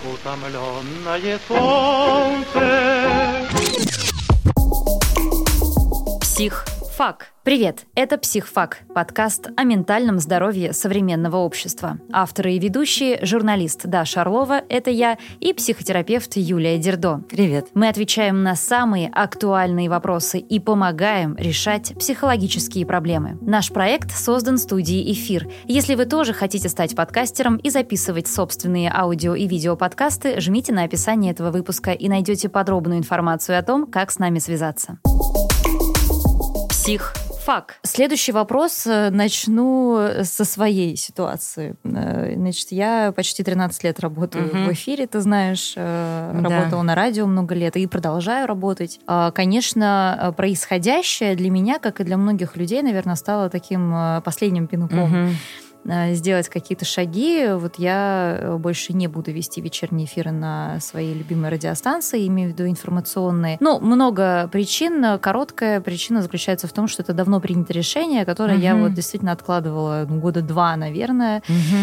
утомленное солнце. Психфак. Привет, это «Психфак» – подкаст о ментальном здоровье современного общества. Авторы и ведущие – журналист Даша Орлова, это я, и психотерапевт Юлия Дердо. Привет. Мы отвечаем на самые актуальные вопросы и помогаем решать психологические проблемы. Наш проект создан студией «Эфир». Если вы тоже хотите стать подкастером и записывать собственные аудио- и видеоподкасты, жмите на описание этого выпуска и найдете подробную информацию о том, как с нами связаться. Психфак. Следующий вопрос начну со своей ситуации. Значит, я почти 13 лет работаю в эфире, ты знаешь, работала на радио много лет и продолжаю работать. Конечно, происходящее для меня, как и для многих людей, наверное, стало таким последним пинком. Сделать какие-то шаги. Вот я больше не буду вести вечерние эфиры на своей любимой радиостанции, имею в виду информационные. Ну, много причин. Короткая причина заключается в том, что это давно принято решение, которое я вот действительно откладывала года 2, наверное.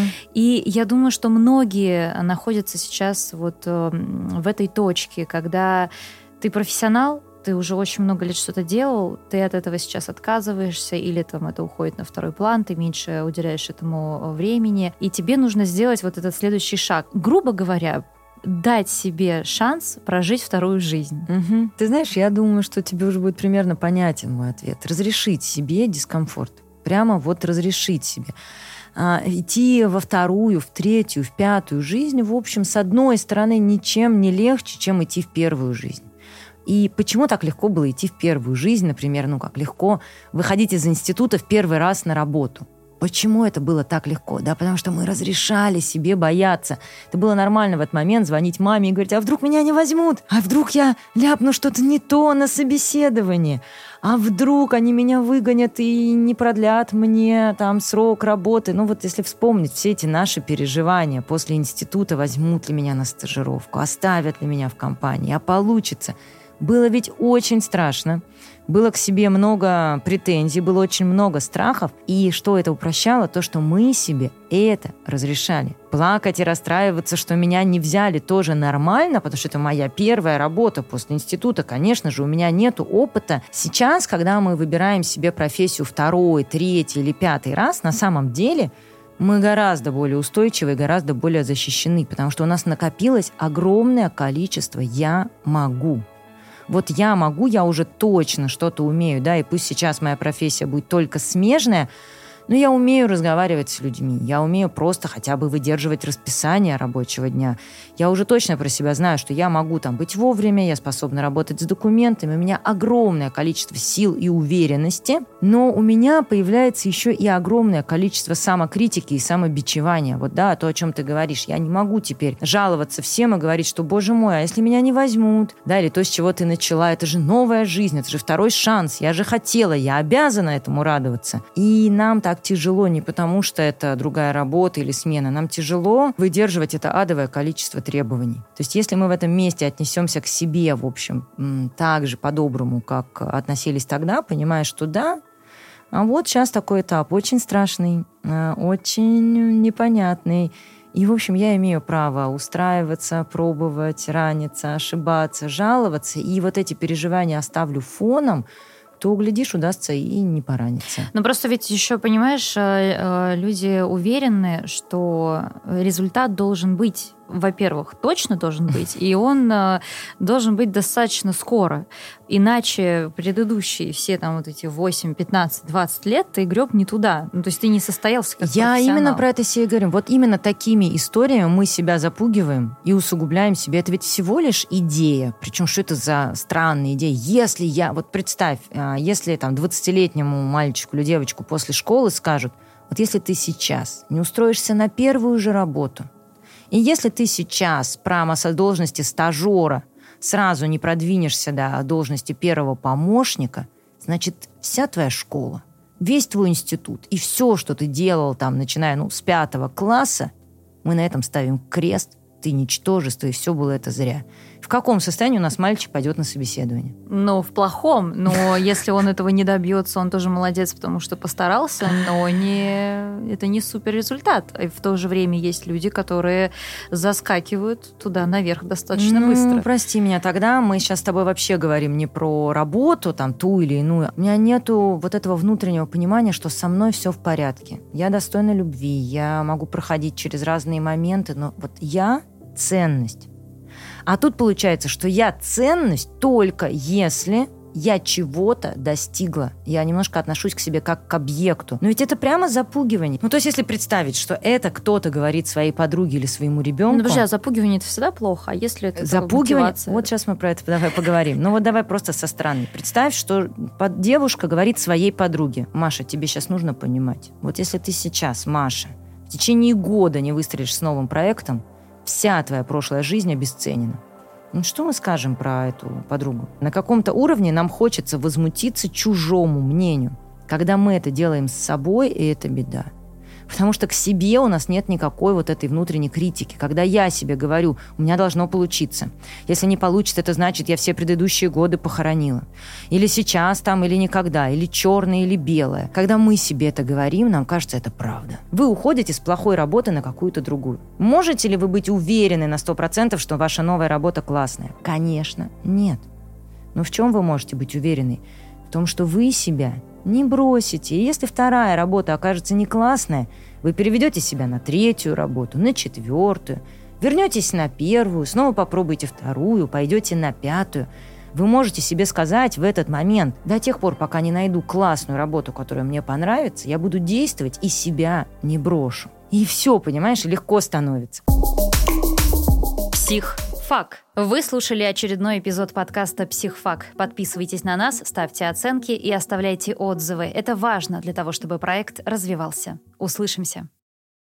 И я думаю, что многие находятся сейчас вот в этой точке, когда ты профессионал, ты уже очень много лет что-то делал, ты от этого сейчас отказываешься, или там это уходит на второй план, ты меньше уделяешь этому времени, и тебе нужно сделать вот этот следующий шаг. Грубо говоря, дать себе шанс прожить вторую жизнь. Ты знаешь, я думаю, что тебе уже будет примерно понятен мой ответ. Разрешить себе дискомфорт. Прямо вот разрешить себе. Идти во вторую, в третью, в пятую жизнь, в общем, с одной стороны, ничем не легче, чем идти в первую жизнь. И почему так легко было идти в первую жизнь, например, как легко выходить из института в первый раз на работу? Почему это было так легко? Да, потому что мы разрешали себе бояться. Это было нормально в этот момент звонить маме и говорить: а вдруг меня не возьмут? А вдруг я ляпну что-то не то на собеседовании? А вдруг они меня выгонят и не продлят мне там срок работы? Ну вот если вспомнить все эти наши переживания после института, возьмут ли меня на стажировку, оставят ли меня в компании, а получится. Было ведь очень страшно. Было к себе много претензий, было очень много страхов. И что это упрощало? То, что мы себе это разрешали. Плакать и расстраиваться, что меня не взяли, тоже нормально, потому что это моя первая работа после института. Конечно же, у меня нету опыта. Сейчас, когда мы выбираем себе профессию второй, третий или пятый раз, на самом деле мы гораздо более устойчивы и гораздо более защищены, потому что у нас накопилось огромное количество «я могу». Вот я могу, я уже точно что-то умею, да, и пусть сейчас моя профессия будет только смежная, но я умею разговаривать с людьми, я умею просто хотя бы выдерживать расписание рабочего дня. Я уже точно про себя знаю, что я могу там быть вовремя, я способна работать с документами, у меня огромное количество сил и уверенности, но у меня появляется еще и огромное количество самокритики и самобичевания. Вот, да, то, о чем ты говоришь. Я не могу теперь жаловаться всем и говорить, что, боже мой, а если меня не возьмут? Да, или то, с чего ты начала, это же новая жизнь, это же второй шанс, я же хотела, я обязана этому радоваться. И нам так тяжело не потому, что это другая работа или смена. Нам тяжело выдерживать это адовое количество требований. То есть если мы в этом месте отнесемся к себе, в общем, так же по-доброму, как относились тогда, понимая, что да, а вот сейчас такой этап очень страшный, очень непонятный. И, в общем, я имею право устраиваться, пробовать, раниться, ошибаться, жаловаться. И вот эти переживания оставлю фоном, то, глядишь, удастся и не пораниться. Но просто ведь еще, понимаешь, люди уверены, что результат должен быть, во-первых, точно должен быть, и он должен быть достаточно скоро. Иначе предыдущие все там вот эти 8, 15, 20 лет ты греб не туда. Ну, то есть ты не состоялся как профессионал. Я именно про это себе говорю. Вот именно такими историями мы себя запугиваем и усугубляем себе. Это ведь всего лишь идея. Причем что это за странная идея? Если я... Вот представь, если там 20-летнему мальчику или девочку после школы скажут: вот если ты сейчас не устроишься на первую же работу, и если ты сейчас прямо со должности стажера сразу не продвинешься до должности первого помощника, значит, вся твоя школа, весь твой институт и все, что ты делал там, начиная с 5 класса, мы на этом ставим крест, ты ничтожество, и все было это зря. В каком состоянии у нас мальчик пойдет на собеседование? Ну, в плохом. Но если он этого не добьется, он тоже молодец, потому что постарался, но это не супер результат. И в то же время есть люди, которые заскакивают туда наверх достаточно быстро. Прости меня, тогда мы сейчас с тобой вообще говорим не про работу, там, ту или иную. У меня нету вот этого внутреннего понимания, что со мной все в порядке. Я достойна любви, я могу проходить через разные моменты, но вот я ценность. А тут получается, что я ценность только если я чего-то достигла. Я немножко отношусь к себе как к объекту. Но ведь это прямо запугивание. Ну, то есть, если представить, что это кто-то говорит своей подруге или своему ребенку... Ну, подожди, а запугивание это всегда плохо? А если это запугивание? мотивация? Вот сейчас мы про это давай поговорим. Ну, вот давай просто со стороны. Представь, что девушка говорит своей подруге: Маша, тебе сейчас нужно понимать. Вот если ты сейчас, Маша, в течение года не выстрелишь с новым проектом, вся твоя прошлая жизнь обесценена. Ну, что мы скажем про эту подругу? На каком-то уровне нам хочется возмутиться чужому мнению. Когда мы это делаем с собой, и это беда. Потому что к себе у нас нет никакой вот этой внутренней критики. Когда я себе говорю, у меня должно получиться. Если не получится, это значит, я все предыдущие годы похоронила. Или сейчас там, или никогда. Или черное, или белое. Когда мы себе это говорим, нам кажется, это правда. Вы уходите с плохой работы на какую-то другую. Можете ли вы быть уверены на 100%, что ваша новая работа классная? Конечно, нет. Но в чем вы можете быть уверены? В том, что вы себя не бросите. И если вторая работа окажется не классная, вы переведете себя на третью работу, на четвертую, вернетесь на первую, снова попробуйте вторую, пойдете на пятую. Вы можете себе сказать в этот момент: до тех пор, пока не найду классную работу, которая мне понравится, я буду действовать и себя не брошу. И все, понимаешь, легко становится. Психфак. Вы слушали очередной эпизод подкаста «Психфак». Подписывайтесь на нас, ставьте оценки и оставляйте отзывы. Это важно для того, чтобы проект развивался. Услышимся.